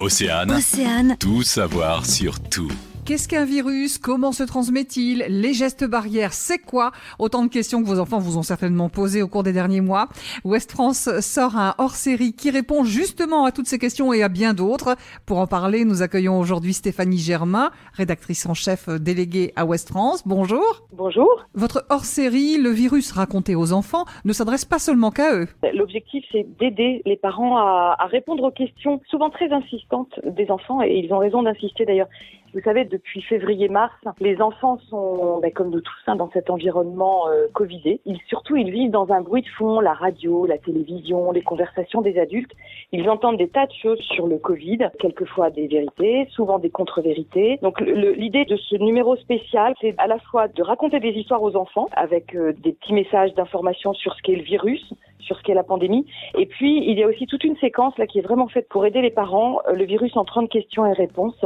Océane, tout savoir sur tout. Qu'est-ce qu'un virus? Comment se transmet-il? Les gestes barrières, c'est quoi? Autant de questions que vos enfants vous ont certainement posées au cours des derniers mois. Ouest France sort un hors-série qui répond justement à toutes ces questions et à bien d'autres. Pour en parler, nous accueillons aujourd'hui Stéphanie Germain, rédactrice en chef déléguée à Ouest France. Bonjour. Bonjour. Votre hors-série, Le virus raconté aux enfants, ne s'adresse pas seulement qu'à eux. L'objectif, c'est d'aider les parents à répondre aux questions souvent très insistantes des enfants, et ils ont raison d'insister d'ailleurs. Vous savez, depuis février-mars, les enfants sont, comme nous tous, dans cet environnement covidé. Ils vivent dans un bruit de fond, la radio, la télévision, les conversations des adultes. Ils entendent des tas de choses sur le Covid, quelquefois des vérités, souvent des contre-vérités. Donc l'idée de ce numéro spécial, c'est à la fois de raconter des histoires aux enfants avec des petits messages d'information sur ce qu'est le virus, sur ce qu'est la pandémie. Et puis, il y a aussi toute une séquence là qui est vraiment faite pour aider les parents, le virus en 30 questions et réponses.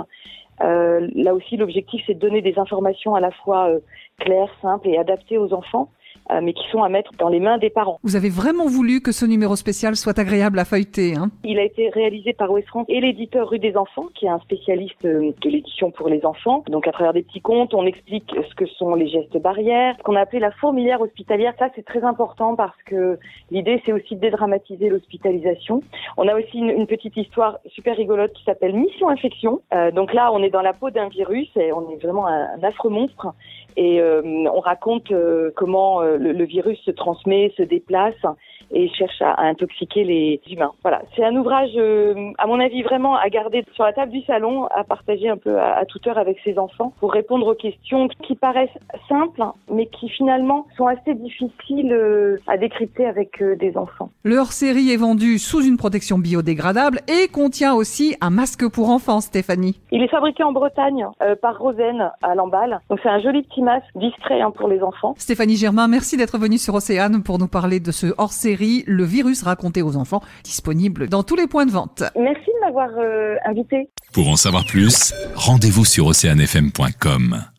Là aussi, l'objectif, c'est de donner des informations à la fois claires, simples et adaptées aux enfants, mais qui sont à mettre dans les mains des parents. Vous avez vraiment voulu que ce numéro spécial soit agréable à feuilleter, hein? Il a été réalisé par Ouest France et l'éditeur Rue des Enfants, qui est un spécialiste de l'édition pour les enfants. Donc, à travers des petits contes, on explique ce que sont les gestes barrières, ce qu'on a appelé la fourmilière hospitalière. Ça, c'est très important parce que l'idée, c'est aussi de dédramatiser l'hospitalisation. On a aussi une petite histoire super rigolote qui s'appelle Mission Infection. Donc là, on est dans la peau d'un virus et on est vraiment un affreux monstre. Et on raconte comment le virus se transmet, se déplace et cherche à intoxiquer les humains. Voilà, c'est un ouvrage, à mon avis, vraiment à garder sur la table du salon, à partager un peu à toute heure avec ses enfants pour répondre aux questions qui paraissent simples, mais qui finalement sont assez difficiles à décrypter avec des enfants. Le hors-série est vendu sous une protection biodégradable et contient aussi un masque pour enfants, Stéphanie. Il est fabriqué en Bretagne par Rosen à Lamballe. Donc c'est un joli petit masque discret pour les enfants. Stéphanie Germain, merci d'être venue sur Océane pour nous parler de ce hors-série Le virus raconté aux enfants, disponible dans tous les points de vente. Merci de m'avoir invité. Pour en savoir plus, rendez-vous sur oceanfm.com.